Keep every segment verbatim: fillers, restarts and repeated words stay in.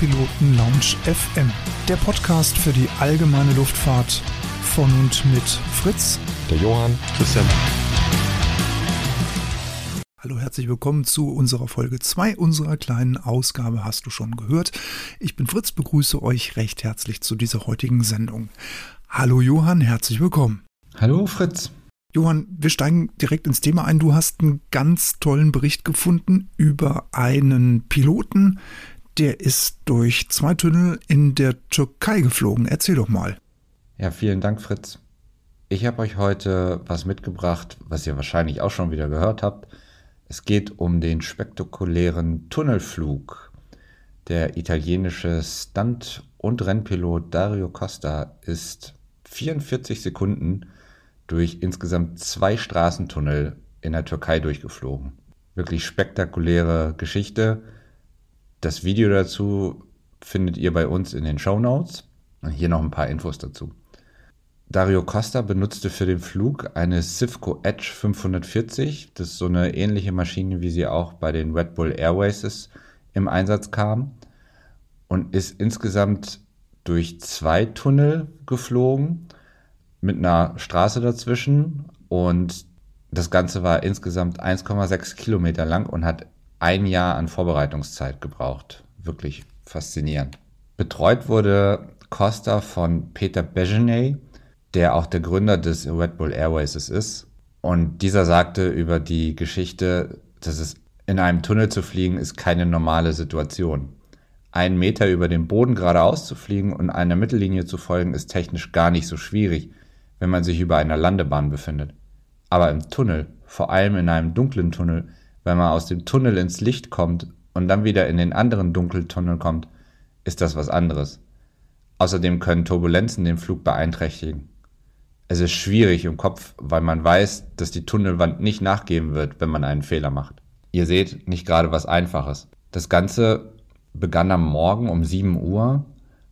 Piloten Lounge F M, der Podcast für die allgemeine Luftfahrt von und mit Fritz, der Johann, Christian. Hallo, herzlich willkommen zu unserer Folge zwei unserer kleinen Ausgabe, hast du schon gehört. Ich bin Fritz, begrüße euch recht herzlich zu dieser heutigen Sendung. Hallo Johann, herzlich willkommen. Hallo Fritz. Johann, wir steigen direkt ins Thema ein. Du hast einen ganz tollen Bericht gefunden über einen Piloten, der ist durch zwei Tunnel in der Türkei geflogen. Erzähl doch mal. Ja, vielen Dank, Fritz. Ich habe euch heute was mitgebracht, was ihr wahrscheinlich auch schon wieder gehört habt. Es geht um den spektakulären Tunnelflug. Der italienische Stunt- und Rennpilot Dario Costa ist vierundvierzig Sekunden durch insgesamt zwei Straßentunnel in der Türkei durchgeflogen. Wirklich spektakuläre Geschichte. Das Video dazu findet ihr bei uns in den Shownotes. Und hier noch ein paar Infos dazu. Dario Costa benutzte für den Flug eine Civco Edge fünfhundertvierzig. Das ist so eine ähnliche Maschine, wie sie auch bei den Red Bull Airways ist, im Einsatz kam. Und ist insgesamt durch zwei Tunnel geflogen, mit einer Straße dazwischen. Und das Ganze war insgesamt eins Komma sechs Kilometer lang und hat ein Jahr an Vorbereitungszeit gebraucht. Wirklich faszinierend. Betreut wurde Costa von Peter Begenay, der auch der Gründer des Red Bull Airways ist. Und dieser sagte über die Geschichte, dass es in einem Tunnel zu fliegen, ist keine normale Situation. Einen Meter über dem Boden geradeaus zu fliegen und einer Mittellinie zu folgen, ist technisch gar nicht so schwierig, wenn man sich über einer Landebahn befindet. Aber im Tunnel, vor allem in einem dunklen Tunnel, wenn man aus dem Tunnel ins Licht kommt und dann wieder in den anderen dunklen Tunnel kommt, ist das was anderes. Außerdem können Turbulenzen den Flug beeinträchtigen. Es ist schwierig im Kopf, weil man weiß, dass die Tunnelwand nicht nachgeben wird, wenn man einen Fehler macht. Ihr seht, nicht gerade was Einfaches. Das Ganze begann am Morgen um sieben Uhr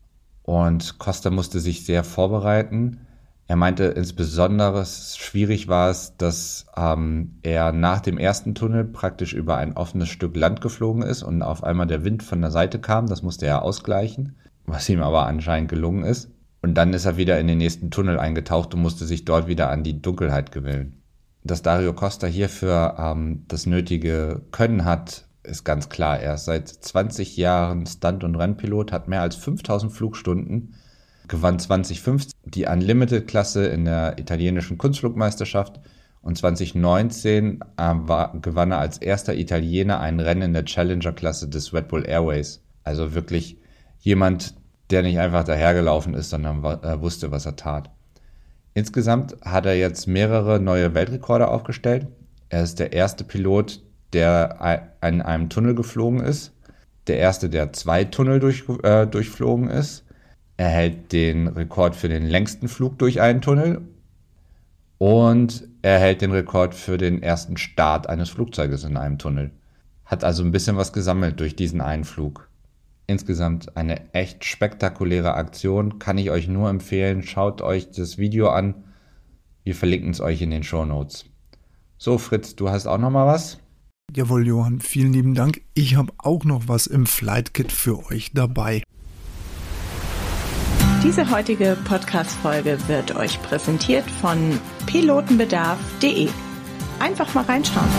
und Costa musste sich sehr vorbereiten. Er meinte, insbesondere schwierig war es, dass ähm, er nach dem ersten Tunnel praktisch über ein offenes Stück Land geflogen ist und auf einmal der Wind von der Seite kam. Das musste er ausgleichen, was ihm aber anscheinend gelungen ist. Und dann ist er wieder in den nächsten Tunnel eingetaucht und musste sich dort wieder an die Dunkelheit gewöhnen. Dass Dario Costa hierfür ähm, das nötige Können hat, ist ganz klar. Er ist seit zwanzig Jahren Stunt- und Rennpilot, hat mehr als fünftausend Flugstunden, gewann zwanzig fünfzehn die Unlimited-Klasse in der italienischen Kunstflugmeisterschaft und zwanzig neunzehn äh, war, gewann er als erster Italiener ein Rennen in der Challenger-Klasse des Red Bull Airways. Also wirklich jemand, der nicht einfach dahergelaufen ist, sondern äh, wusste, was er tat. Insgesamt hat er jetzt mehrere neue Weltrekorde aufgestellt. Er ist der erste Pilot, der in einem Tunnel geflogen ist. Der erste, der zwei Tunnel durch, äh, durchflogen ist. Er hält den Rekord für den längsten Flug durch einen Tunnel und er hält den Rekord für den ersten Start eines Flugzeuges in einem Tunnel. Hat also ein bisschen was gesammelt durch diesen einen Flug. Insgesamt eine echt spektakuläre Aktion, kann ich euch nur empfehlen. Schaut euch das Video an, wir verlinken es euch in den Shownotes. So Fritz, du hast auch noch mal was? Jawohl Johann, vielen lieben Dank. Ich habe auch noch was im Flight Kit für euch dabei. Diese heutige Podcast-Folge wird euch präsentiert von pilotenbedarf punkt de. Einfach mal reinschauen.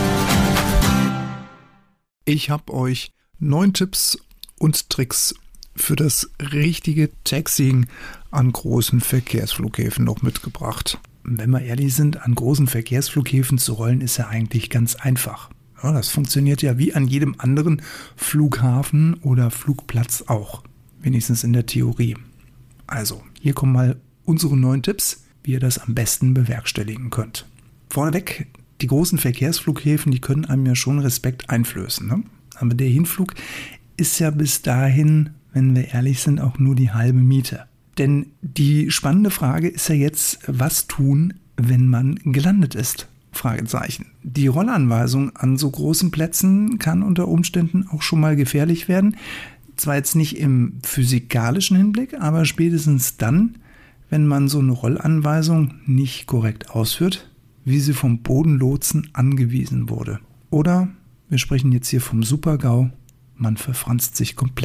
Ich habe euch neun Tipps und Tricks für das richtige Taxiing an großen Verkehrsflughäfen noch mitgebracht. Wenn wir ehrlich sind, an großen Verkehrsflughäfen zu rollen, ist ja eigentlich ganz einfach. Ja, das funktioniert ja wie an jedem anderen Flughafen oder Flugplatz auch, wenigstens in der Theorie. Also, hier kommen mal unsere neun Tipps, wie ihr das am besten bewerkstelligen könnt. Vorneweg, die großen Verkehrsflughäfen, die können einem ja schon Respekt einflößen, ne? Aber der Hinflug ist ja bis dahin, wenn wir ehrlich sind, auch nur die halbe Miete. Denn die spannende Frage ist ja jetzt, was tun, wenn man gelandet ist? Fragezeichen. Die Rollanweisung an so großen Plätzen kann unter Umständen auch schon mal gefährlich werden. Zwar jetzt nicht im physikalischen Hinblick, aber spätestens dann, wenn man so eine Rollanweisung nicht korrekt ausführt, wie sie vom Bodenlotsen angewiesen wurde. Oder, wir sprechen jetzt hier vom Super-GAU, man verfranst sich komplett.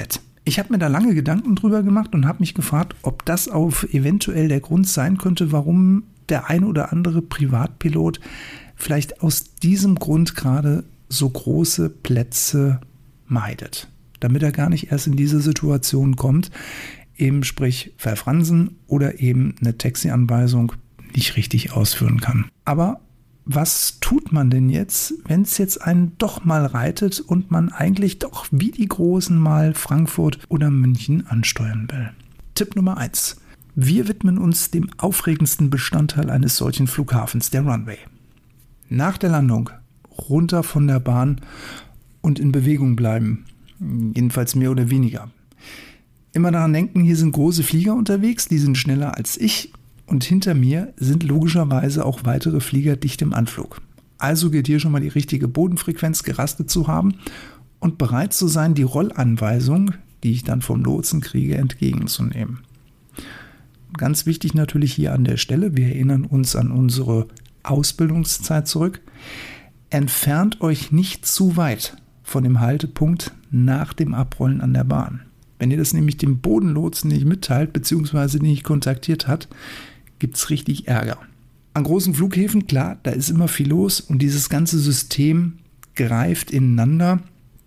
Ich habe mir da lange Gedanken drüber gemacht und habe mich gefragt, ob das auch eventuell der Grund sein könnte, warum der ein oder andere Privatpilot vielleicht aus diesem Grund gerade so große Plätze meidet, damit er gar nicht erst in diese Situation kommt, eben sprich verfransen oder eben eine Taxi-Anweisung nicht richtig ausführen kann. Aber was tut man denn jetzt, wenn es jetzt einen doch mal reitet und man eigentlich doch wie die Großen mal Frankfurt oder München ansteuern will? Tipp Nummer eins. Wir widmen uns dem aufregendsten Bestandteil eines solchen Flughafens, der Runway. Nach der Landung runter von der Bahn und in Bewegung bleiben. Jedenfalls mehr oder weniger. Immer daran denken, hier sind große Flieger unterwegs, die sind schneller als ich. Und hinter mir sind logischerweise auch weitere Flieger dicht im Anflug. Also gilt hier schon mal die richtige Bodenfrequenz gerastet zu haben und bereit zu sein, die Rollanweisung, die ich dann vom Lotsen kriege, entgegenzunehmen. Ganz wichtig natürlich hier an der Stelle, wir erinnern uns an unsere Ausbildungszeit zurück, entfernt euch nicht zu weit von dem Haltepunkt nach dem Abrollen an der Bahn. Wenn ihr das nämlich dem Bodenlotsen nicht mitteilt, beziehungsweise nicht kontaktiert hat, gibt es richtig Ärger. An großen Flughäfen, klar, da ist immer viel los und dieses ganze System greift ineinander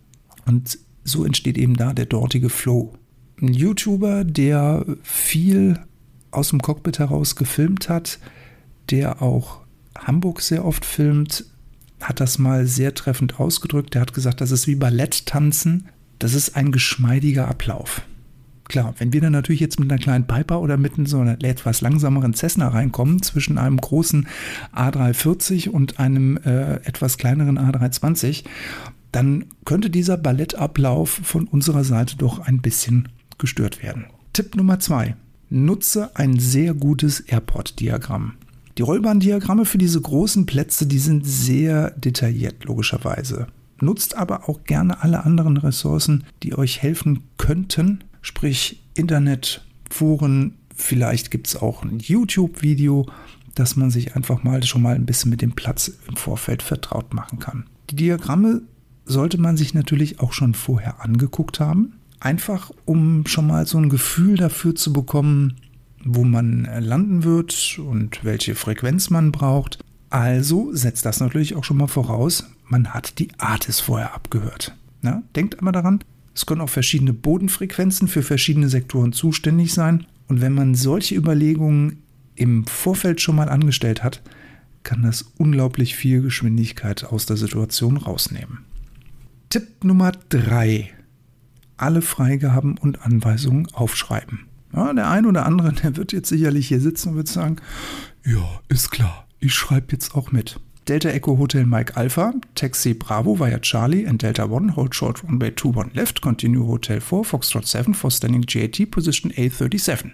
und so entsteht eben da der dortige Flow. Ein YouTuber, der viel aus dem Cockpit heraus gefilmt hat, der auch Hamburg sehr oft filmt, hat das mal sehr treffend ausgedrückt. Der hat gesagt, das ist wie Balletttanzen, das ist ein geschmeidiger Ablauf. Klar, wenn wir dann natürlich jetzt mit einer kleinen Piper oder mit so einer etwas langsameren Cessna reinkommen, zwischen einem großen A drei vierzig und einem äh, etwas kleineren A drei zwanzig, dann könnte dieser Ballettablauf von unserer Seite doch ein bisschen gestört werden. Tipp Nummer zwei. Nutze ein sehr gutes Airport-Diagramm. Die Rollbahndiagramme für diese großen Plätze, die sind sehr detailliert, logischerweise. Nutzt aber auch gerne alle anderen Ressourcen, die euch helfen könnten, sprich Internet, Foren, vielleicht gibt es auch ein YouTube-Video, dass man sich einfach mal schon mal ein bisschen mit dem Platz im Vorfeld vertraut machen kann. Die Diagramme sollte man sich natürlich auch schon vorher angeguckt haben, einfach um schon mal so ein Gefühl dafür zu bekommen, wo man landen wird und welche Frequenz man braucht. Also setzt das natürlich auch schon mal voraus, man hat die A T I S vorher abgehört. Na, denkt einmal daran, es können auch verschiedene Bodenfrequenzen für verschiedene Sektoren zuständig sein. Und wenn man solche Überlegungen im Vorfeld schon mal angestellt hat, kann das unglaublich viel Geschwindigkeit aus der Situation rausnehmen. Tipp Nummer drei. Alle Freigaben und Anweisungen aufschreiben. Ja, der ein oder andere, der wird jetzt sicherlich hier sitzen und wird sagen, ja, ist klar, ich schreibe jetzt auch mit. Delta Echo Hotel Mike Alpha, Taxi Bravo via Charlie and Delta One, hold short runway two one left, continue Hotel four, Foxtrot seven for standing G A T, position A thirty-seven.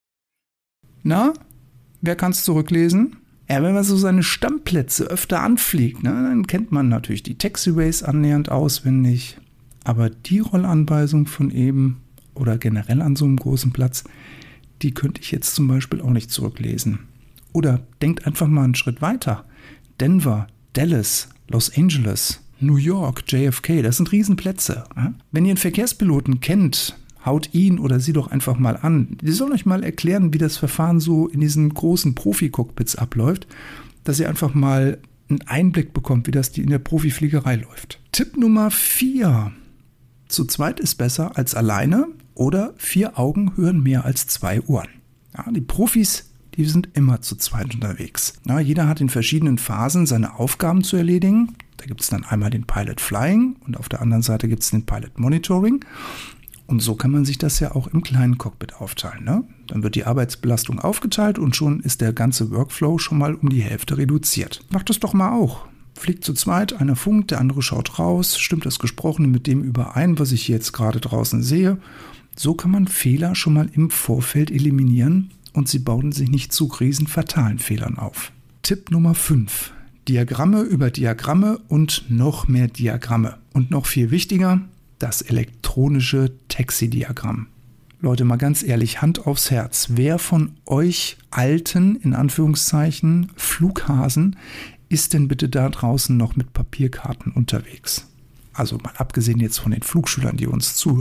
Na, wer kann es zurücklesen? Ja, wenn man so seine Stammplätze öfter anfliegt, ne, dann kennt man natürlich die Taxiways annähernd auswendig. Aber die Rollanweisung von eben oder generell an so einem großen Platz, die könnte ich jetzt zum Beispiel auch nicht zurücklesen. Oder denkt einfach mal einen Schritt weiter. Denver, Dallas, Los Angeles, New York, J F K, das sind Riesenplätze. Wenn ihr einen Verkehrspiloten kennt, haut ihn oder sie doch einfach mal an. Die sollen euch mal erklären, wie das Verfahren so in diesen großen Profi-Cockpits abläuft, dass ihr einfach mal einen Einblick bekommt, wie das in der Profifliegerei läuft. Tipp Nummer vier. Zu zweit ist besser als alleine oder vier Augen hören mehr als zwei Ohren. Ja, die Profis, die sind immer zu zweit unterwegs. Ja, jeder hat in verschiedenen Phasen seine Aufgaben zu erledigen. Da gibt es dann einmal den Pilot Flying und auf der anderen Seite gibt es den Pilot Monitoring. Und so kann man sich das ja auch im kleinen Cockpit aufteilen. Ne? Dann wird die Arbeitsbelastung aufgeteilt und schon ist der ganze Workflow schon mal um die Hälfte reduziert. Macht das doch mal auch. Fliegt zu zweit, einer funkt, der andere schaut raus, stimmt das Gesprochene mit dem überein, was ich jetzt gerade draußen sehe. So kann man Fehler schon mal im Vorfeld eliminieren und sie bauen sich nicht zu riesenfatalen Fehlern auf. Tipp Nummer fünf. Diagramme über Diagramme und noch mehr Diagramme. Und noch viel wichtiger, das elektronische Taxi-Diagramm. Leute, mal ganz ehrlich, Hand aufs Herz. Wer von euch alten, in Anführungszeichen, Flughasen ist denn bitte da draußen noch mit Papierkarten unterwegs? Also mal abgesehen jetzt von den Flugschülern, die uns zuhören.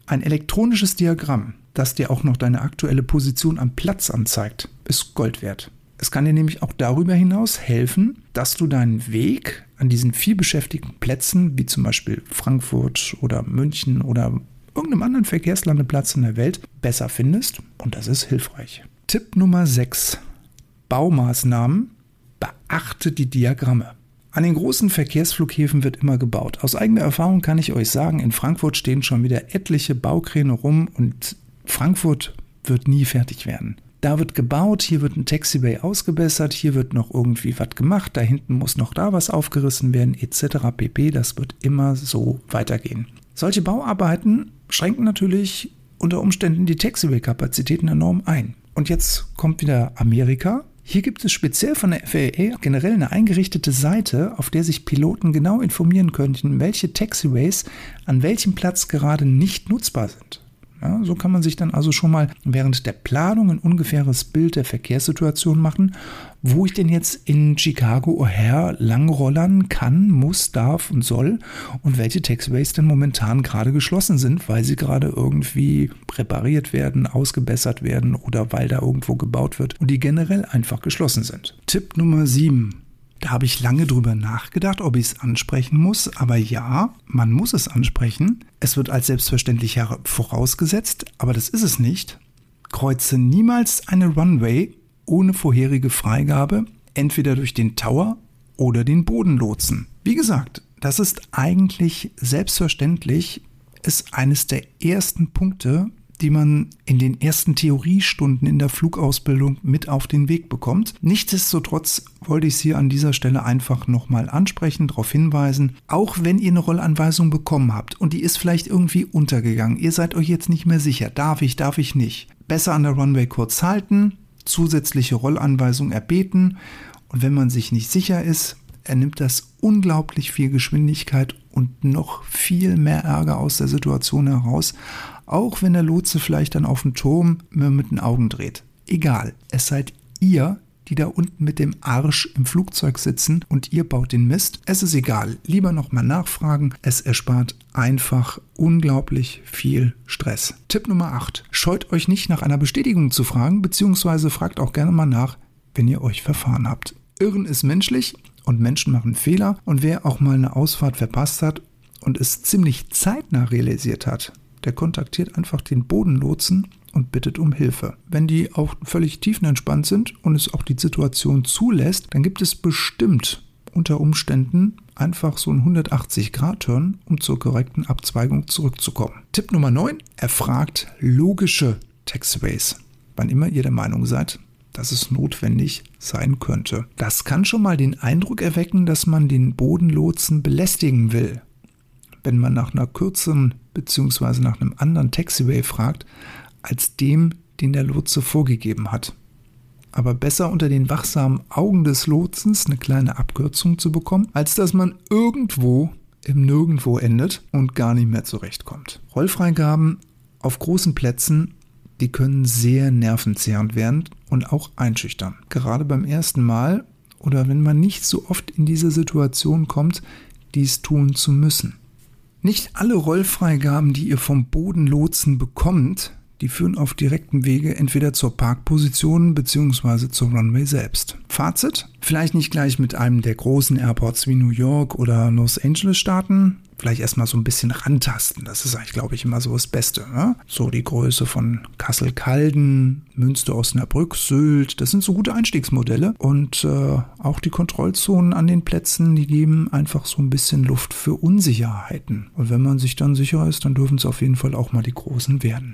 Ein elektronisches Diagramm, das dir auch noch deine aktuelle Position am Platz anzeigt, ist Gold wert. Es kann dir nämlich auch darüber hinaus helfen, dass du deinen Weg an diesen vielbeschäftigten Plätzen, wie zum Beispiel Frankfurt oder München oder irgendeinem anderen Verkehrslandeplatz in der Welt, besser findest, und das ist hilfreich. Tipp Nummer sechs. Baumaßnahmen. Beachte die Diagramme. An den großen Verkehrsflughäfen wird immer gebaut. Aus eigener Erfahrung kann ich euch sagen, in Frankfurt stehen schon wieder etliche Baukräne rum und Frankfurt wird nie fertig werden. Da wird gebaut, hier wird ein Taxibay ausgebessert, hier wird noch irgendwie was gemacht, da hinten muss noch da was aufgerissen werden, et cetera pp. Das wird immer so weitergehen. Solche Bauarbeiten schränken natürlich unter Umständen die Taxibay-Kapazitäten enorm ein. Und jetzt kommt wieder Amerika. Hier gibt es speziell von der F A A generell eine eingerichtete Seite, auf der sich Piloten genau informieren könnten, welche Taxiways an welchem Platz gerade nicht nutzbar sind. Ja, so kann man sich dann also schon mal während der Planung ein ungefähres Bild der Verkehrssituation machen, wo ich denn jetzt in Chicago O'Hare langrollern kann, muss, darf und soll und welche Taxiways denn momentan gerade geschlossen sind, weil sie gerade irgendwie repariert werden, ausgebessert werden oder weil da irgendwo gebaut wird und die generell einfach geschlossen sind. Tipp Nummer sieben. Da habe ich lange drüber nachgedacht, ob ich es ansprechen muss, aber ja, man muss es ansprechen. Es wird als selbstverständlich vorausgesetzt, aber das ist es nicht. Kreuze niemals eine Runway ohne vorherige Freigabe, entweder durch den Tower oder den Bodenlotsen. Wie gesagt, das ist eigentlich selbstverständlich, ist eines der ersten Punkte, die man in den ersten Theoriestunden in der Flugausbildung mit auf den Weg bekommt. Nichtsdestotrotz wollte ich es hier an dieser Stelle einfach nochmal ansprechen, darauf hinweisen, auch wenn ihr eine Rollanweisung bekommen habt und die ist vielleicht irgendwie untergegangen, ihr seid euch jetzt nicht mehr sicher, darf ich, darf ich nicht. Besser an der Runway kurz halten, zusätzliche Rollanweisung erbeten und wenn man sich nicht sicher ist, ernimmt das unglaublich viel Geschwindigkeit und noch viel mehr Ärger aus der Situation heraus, auch wenn der Lotse vielleicht dann auf dem Turm mit den Augen dreht. Egal, es seid ihr, die da unten mit dem Arsch im Flugzeug sitzen und ihr baut den Mist. Es ist egal, lieber nochmal nachfragen, es erspart einfach unglaublich viel Stress. Tipp Nummer acht, scheut euch nicht nach einer Bestätigung zu fragen, beziehungsweise fragt auch gerne mal nach, wenn ihr euch verfahren habt. Irren ist menschlich und Menschen machen Fehler und wer auch mal eine Ausfahrt verpasst hat und es ziemlich zeitnah realisiert hat, der kontaktiert einfach den Bodenlotsen und bittet um Hilfe. Wenn die auch völlig tiefenentspannt sind und es auch die Situation zulässt, dann gibt es bestimmt unter Umständen einfach so einen hundertachtzig Grad Turn, um zur korrekten Abzweigung zurückzukommen. Tipp Nummer neun, erfragt logische Taxiways, wann immer ihr der Meinung seid, dass es notwendig sein könnte. Das kann schon mal den Eindruck erwecken, dass man den Bodenlotsen belästigen will. Wenn man nach einer kürzeren bzw. nach einem anderen Taxiway fragt, als dem, den der Lotse vorgegeben hat. Aber besser unter den wachsamen Augen des Lotsens eine kleine Abkürzung zu bekommen, als dass man irgendwo im Nirgendwo endet und gar nicht mehr zurechtkommt. Rollfreigaben auf großen Plätzen, die können sehr nervenzehrend werden und auch einschüchtern. Gerade beim ersten Mal oder wenn man nicht so oft in diese Situation kommt, dies tun zu müssen. Nicht alle Rollfreigaben, die ihr vom Bodenlotsen bekommt, die führen auf direktem Wege entweder zur Parkposition bzw. zur Runway selbst. Fazit? Vielleicht nicht gleich mit einem der großen Airports wie New York oder Los Angeles starten. Vielleicht erstmal so ein bisschen rantasten. Das ist eigentlich, glaube ich, immer so das Beste. Ne? So die Größe von Kassel-Calden, Münster-Osnabrück, Sylt. Das sind so gute Einstiegsmodelle. Und äh, auch die Kontrollzonen an den Plätzen, die geben einfach so ein bisschen Luft für Unsicherheiten. Und wenn man sich dann sicher ist, dann dürfen es auf jeden Fall auch mal die großen werden.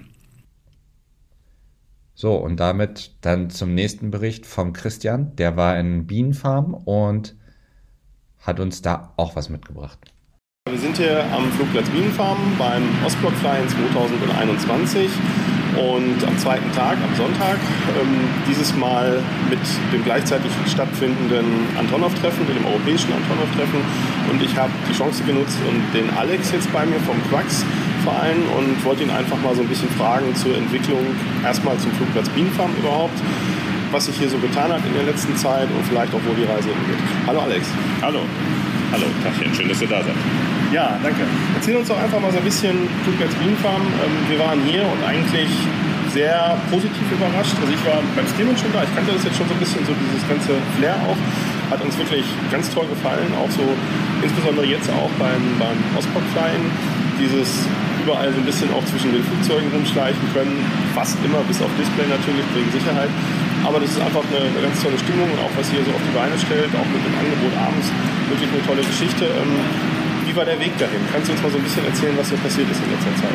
So, und damit dann zum nächsten Bericht vom Christian. Der war in Bienenfarm und hat uns da auch was mitgebracht. Wir sind hier am Flugplatz Bienenfarm beim Ostblock Fly in zwanzig einundzwanzig und am zweiten Tag, am Sonntag, ähm, dieses Mal mit dem gleichzeitig stattfindenden Antonov-Treffen, mit dem europäischen Antonov-Treffen. Und ich habe die Chance genutzt und den Alex jetzt bei mir vom Quacks-Verein und wollte ihn einfach mal so ein bisschen fragen zur Entwicklung, erstmal zum Flugplatz Bienenfarm überhaupt, was sich hier so getan hat in der letzten Zeit und vielleicht auch, wo die Reise hingeht. Hallo Alex. Hallo. Hallo, Tachchen, schön, dass ihr da seid. Ja, danke. Erzähl uns doch einfach mal so ein bisschen Flugplatz Bienenfarm. Ähm, wir waren hier und eigentlich sehr positiv überrascht. Also ich war beim Steamen schon da. Ich kannte das jetzt schon so ein bisschen, so dieses ganze Flair auch. Hat uns wirklich ganz toll gefallen. Auch so, insbesondere jetzt auch beim, beim Ostblock-Flying. Dieses überall so ein bisschen auch zwischen den Flugzeugen rumschleichen können. Fast immer, bis auf Display natürlich, wegen Sicherheit. Aber das ist einfach eine, eine ganz tolle Stimmung und auch was hier so auf die Beine stellt, auch mit dem Angebot abends, wirklich eine tolle Geschichte. Ähm, wie war der Weg dahin? Kannst du uns mal so ein bisschen erzählen, was hier passiert ist in letzter Zeit?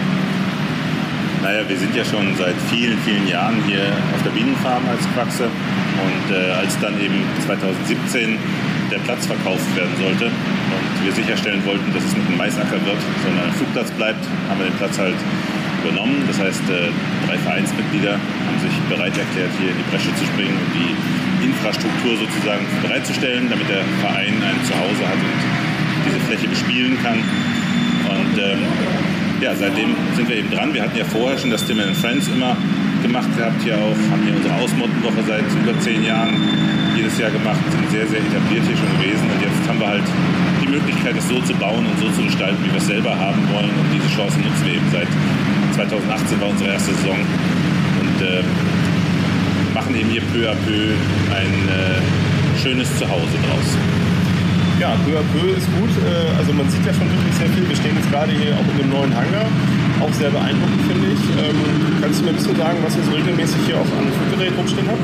Naja, wir sind ja schon seit vielen, vielen Jahren hier auf der Bienenfarm als Quaxe. Und äh, als dann eben zwanzig siebzehn der Platz verkauft werden sollte und wir sicherstellen wollten, dass es nicht ein Maisacker wird, sondern ein Flugplatz bleibt, haben wir den Platz halt übernommen. Das heißt, äh, drei Vereinsmitglieder haben sich bereit erklärt, hier in die Bresche zu springen und die Infrastruktur sozusagen bereitzustellen, damit der Verein ein Zuhause hat und diese Fläche bespielen kann. Und ähm, ja, seitdem sind wir eben dran. Wir hatten ja vorher schon das Steamen and Friends immer gemacht gehabt hier auch, haben hier unsere Ausmottenwoche seit über zehn Jahren jedes Jahr gemacht, sind sehr, sehr etabliert hier schon gewesen und jetzt haben wir halt die Möglichkeit, es so zu bauen und so zu gestalten, wie wir es selber haben wollen und diese Chance nutzen wir eben. Seit zwanzig achtzehn war unsere erste Saison und äh, machen eben hier peu à peu ein äh, schönes Zuhause draus. Ja, peu à peu ist gut. Also man sieht ja schon wirklich sehr viel. Wir stehen jetzt gerade hier auch in dem neuen Hangar. Auch sehr beeindruckend, finde ich. Ähm, kannst du mir ein bisschen sagen, was ihr so regelmäßig hier auch an Fluggerät rumstehen habt?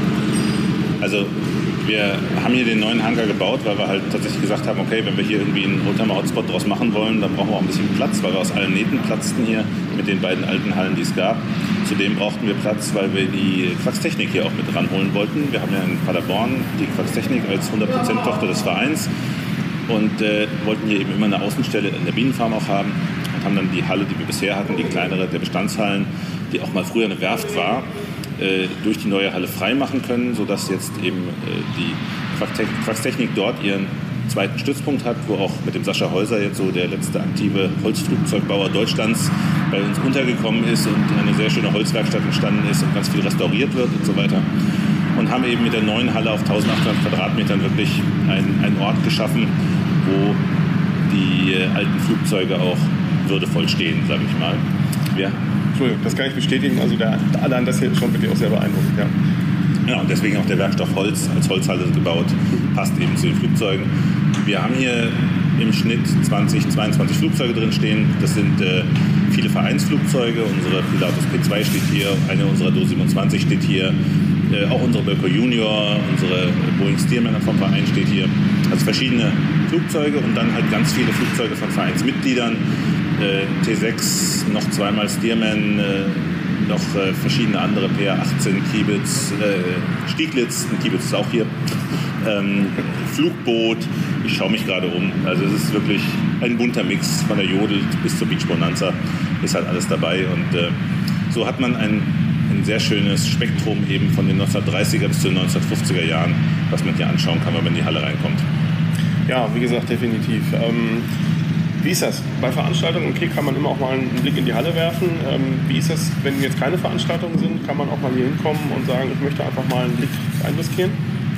Also wir haben hier den neuen Hangar gebaut, weil wir halt tatsächlich gesagt haben, okay, wenn wir hier irgendwie einen Oldtimer-Hotspot draus machen wollen, dann brauchen wir auch ein bisschen Platz, weil wir aus allen Nähten platzten hier mit den beiden alten Hallen, die es gab. Zudem brauchten wir Platz, weil wir die Quax-Technik hier auch mit ranholen wollten. Wir haben ja in Paderborn die Quax-Technik als hundert Prozent Tochter des Vereins und äh, wollten hier eben immer eine Außenstelle in der Bienenfarm auch haben und haben dann die Halle, die wir bisher hatten, die kleinere der Bestandshallen, die auch mal früher eine Werft war, äh, durch die neue Halle frei machen können, sodass jetzt eben äh, die Quax-Technik dort ihren zweiten Stützpunkt hat, wo auch mit dem Sascha Häuser jetzt so der letzte aktive Holzflugzeugbauer Deutschlands bei uns untergekommen ist und eine sehr schöne Holzwerkstatt entstanden ist und ganz viel restauriert wird und so weiter. Und haben eben mit der neuen Halle auf eintausendachthundert Quadratmetern wirklich einen, einen Ort geschaffen, wo die äh, alten Flugzeuge auch würdevoll stehen, sage ich mal. Ja. Entschuldigung, das kann ich bestätigen. Also der, allein das hier ist schon wirklich auch sehr beeindruckend. Ja. Ja, und deswegen auch der Werkstoff Holz als Holzhalle gebaut, passt eben zu den Flugzeugen. Wir haben hier im Schnitt zwanzig, zweiundzwanzig Flugzeuge drin stehen. Das sind äh, viele Vereinsflugzeuge. Unsere Pilatus P zwei steht hier, eine unserer Do siebenundzwanzig steht hier. Äh, auch unsere Bölker Junior, unsere Boeing Stearman vom Verein steht hier. Also verschiedene Flugzeuge und dann halt ganz viele Flugzeuge von Vereinsmitgliedern. Äh, T sechs, noch zweimal Stearman, äh, noch äh, verschiedene andere P R achtzehn, Kiebitz, äh, Stieglitz, ein Kiebitz ist auch hier, ähm, Flugboot, ich schaue mich gerade um. Also es ist wirklich ein bunter Mix von der Jodel bis zur Beach Bonanza, ist halt alles dabei und äh, so hat man ein ein sehr schönes Spektrum eben von den neunzehnhundertdreißiger bis zu den neunzehnhundertfünfziger Jahren, was man hier anschauen kann, wenn man in die Halle reinkommt. Ja, wie gesagt, definitiv. Ähm, wie ist das? Bei Veranstaltungen, okay, kann man immer auch mal einen Blick in die Halle werfen. Ähm, wie ist das, wenn jetzt keine Veranstaltungen sind, kann man auch mal hier hinkommen und sagen, ich möchte einfach mal einen Blick einriskieren?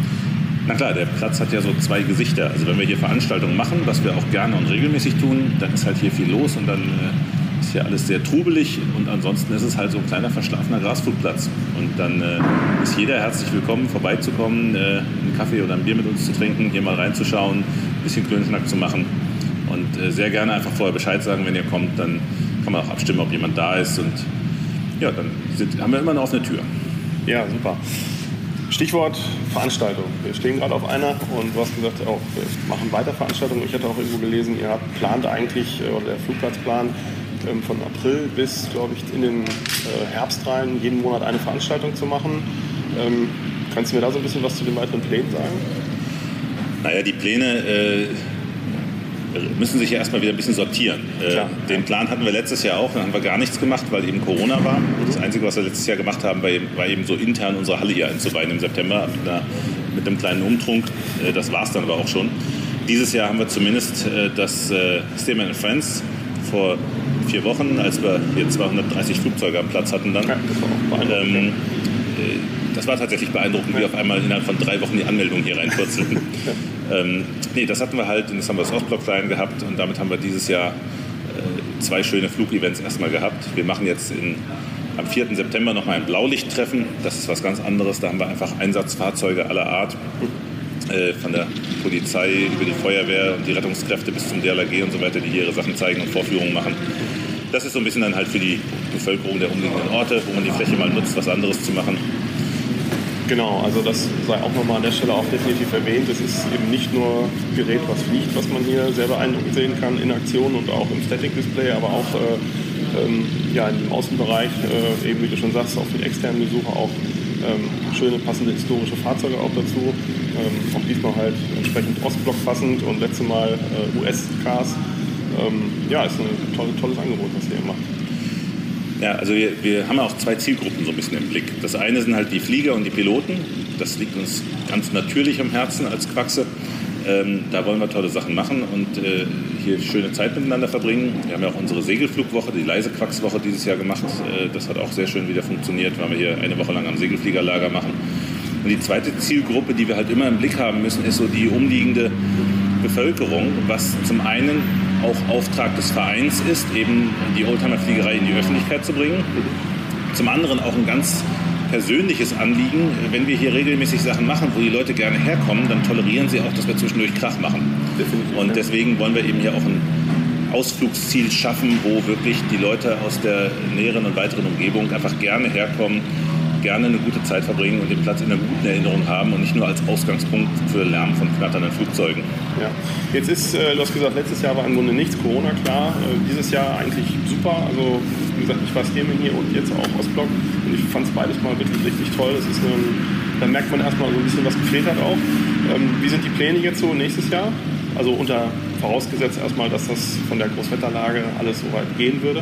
Na klar, der Platz hat ja so zwei Gesichter. Also wenn wir hier Veranstaltungen machen, was wir auch gerne und regelmäßig tun, dann ist halt hier viel los und dann äh, ist hier alles sehr trubelig und ansonsten ist es halt so ein kleiner verschlafener Grasflugplatz. Und dann äh, ist jeder herzlich willkommen, vorbeizukommen, äh, einen Kaffee oder ein Bier mit uns zu trinken, hier mal reinzuschauen, ein bisschen Klönschnack zu machen und äh, sehr gerne einfach vorher Bescheid sagen, wenn ihr kommt, dann kann man auch abstimmen, ob jemand da ist und ja, dann sind, haben wir immer eine offene Tür. Ja, super. Stichwort Veranstaltung. Wir stehen gerade auf einer und du hast gesagt, auch, wir machen weiter Veranstaltungen. Ich hatte auch irgendwo gelesen, ihr habt plant eigentlich, oder der Flugplatzplan ähm, von April bis, glaube ich, in den äh, Herbst rein, jeden Monat eine Veranstaltung zu machen. Ähm, kannst du mir da so ein bisschen was zu den weiteren Plänen sagen? Naja, die Pläne äh, müssen sich ja erstmal wieder ein bisschen sortieren. Äh, den Plan hatten wir letztes Jahr auch, dann haben wir gar nichts gemacht, weil eben Corona war. Das Einzige, was wir letztes Jahr gemacht haben, war eben, war eben so intern unsere Halle hier einzuweihen im September mit, einer, mit einem kleinen Umtrunk. Äh, das war es dann aber auch schon. Dieses Jahr haben wir zumindest äh, das äh, Stearman and Friends vor vier Wochen, als wir hier zweihundertdreißig Flugzeuge am Platz hatten dann. Ja, das war auch ähm, äh, das war tatsächlich beeindruckend, wie auf einmal innerhalb von drei Wochen die Anmeldungen hier reinpurzeln. ähm, nee, das hatten wir halt, das haben wir das Ostblock-Line gehabt und damit haben wir dieses Jahr äh, zwei schöne Flugevents erstmal gehabt. Wir machen jetzt in, am vierten September nochmal ein Blaulichttreffen. Das ist was ganz anderes. Da haben wir einfach Einsatzfahrzeuge aller Art. Äh, von der Polizei über die Feuerwehr und die Rettungskräfte bis zum D L R G und so weiter, die hier ihre Sachen zeigen und Vorführungen machen. Das ist so ein bisschen dann halt für die Bevölkerung der umliegenden Orte, wo man die Fläche mal nutzt, was anderes zu machen. Genau, also das sei auch nochmal an der Stelle auch definitiv erwähnt. Es ist eben nicht nur ein Gerät, was fliegt, was man hier sehr beeindruckend sehen kann in Aktion und auch im Static-Display, aber auch äh, ähm, ja, im Außenbereich, äh, eben wie du schon sagst, auch für die externen Besucher auch ähm, schöne, passende historische Fahrzeuge auch dazu. Ähm, auch diesmal halt entsprechend Ostblock passend und letzte Mal äh, U S-Cars. Ähm, ja, ist ein tolle, tolles Angebot, was ihr hier macht. Ja, also wir, wir haben auch zwei Zielgruppen so ein bisschen im Blick. Das eine sind halt die Flieger und die Piloten. Das liegt uns ganz natürlich am Herzen als Quaxe. Ähm, da wollen wir tolle Sachen machen und äh, hier schöne Zeit miteinander verbringen. Wir haben ja auch unsere Segelflugwoche, die leise Quaxswoche dieses Jahr gemacht. Äh, das hat auch sehr schön wieder funktioniert, weil wir hier eine Woche lang am Segelfliegerlager machen. Und die zweite Zielgruppe, die wir halt immer im Blick haben müssen, ist so die umliegende Bevölkerung, was zum einen auch Auftrag des Vereins ist, eben die Oldtimer-Fliegerei in die Öffentlichkeit zu bringen. Zum anderen auch ein ganz persönliches Anliegen. Wenn wir hier regelmäßig Sachen machen, wo die Leute gerne herkommen, dann tolerieren sie auch, dass wir zwischendurch Krach machen. Definitiv. Und deswegen wollen wir eben hier auch ein Ausflugsziel schaffen, wo wirklich die Leute aus der näheren und weiteren Umgebung einfach gerne herkommen, gerne eine gute Zeit verbringen und den Platz in einer guten Erinnerung haben und nicht nur als Ausgangspunkt für Lärm von knatternden Flugzeugen. Ja. Jetzt ist, äh, du hast gesagt, letztes Jahr war im Grunde nichts, Corona klar, äh, dieses Jahr eigentlich super, also wie gesagt, ich war Stearman hier und jetzt auch Ostblock und ich fand es beides mal wirklich richtig toll. Das ist ein, da merkt man erstmal so ein bisschen, was gefehlt hat auch. Ähm, wie sind die Pläne jetzt so nächstes Jahr? Also unter vorausgesetzt erstmal, dass das von der Großwetterlage alles so weit gehen würde.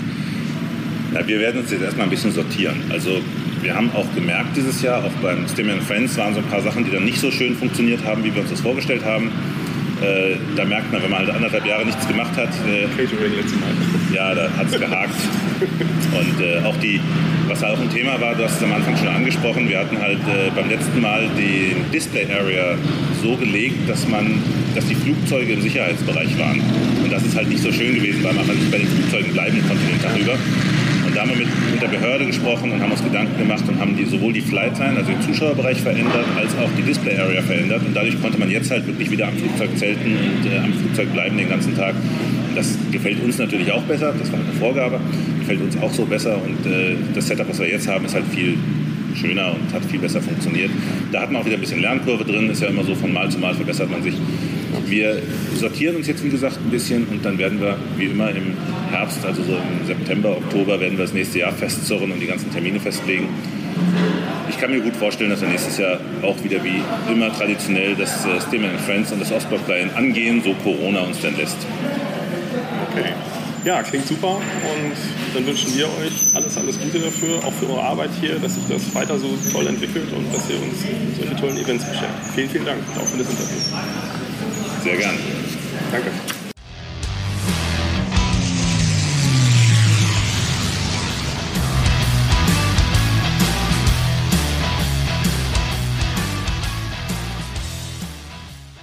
Ja, wir werden uns jetzt erstmal ein bisschen sortieren. Also wir haben auch gemerkt dieses Jahr, auch beim Stearman and Friends waren so ein paar Sachen, die dann nicht so schön funktioniert haben, wie wir uns das vorgestellt haben. Äh, da merkt man, wenn man halt anderthalb Jahre nichts gemacht hat, äh, Catering letztes Mal. Ja, da hat es gehakt. Und äh, auch die, was halt auch ein Thema war, du hast es am Anfang schon angesprochen, wir hatten halt äh, beim letzten Mal die Display Area so gelegt, dass man, dass die Flugzeuge im Sicherheitsbereich waren. Und das ist halt nicht so schön gewesen, weil man einfach nicht bei den Flugzeugen bleiben konnte den Tag über. Und da haben wir mit, mit der Behörde gesprochen und haben uns Gedanken gemacht und haben die, sowohl die Flightline, also den Zuschauerbereich verändert, als auch die Display Area verändert. Und dadurch konnte man jetzt halt wirklich wieder am Flugzeug zelten und äh, am Flugzeug bleiben den ganzen Tag. Und das gefällt uns natürlich auch besser, das war eine Vorgabe, gefällt uns auch so besser. Und äh, das Setup, was wir jetzt haben, ist halt viel schöner und hat viel besser funktioniert. Da hat man auch wieder ein bisschen Lernkurve drin, ist ja immer so, von Mal zu Mal verbessert man sich. Wir sortieren uns jetzt, wie gesagt, ein bisschen und dann werden wir, wie immer im Herbst, also so im September, Oktober, werden wir das nächste Jahr festzurren und die ganzen Termine festlegen. Ich kann mir gut vorstellen, dass wir nächstes Jahr auch wieder wie immer traditionell das äh, Stearman and Friends und das Ostblock-Line angehen, so Corona uns denn lässt. Okay. Ja, klingt super und dann wünschen wir euch alles, alles Gute dafür, auch für eure Arbeit hier, dass sich das weiter so toll entwickelt und dass ihr uns solche tollen Events beschert. Vielen, vielen Dank und auch für das Interview. Sehr gern. Danke.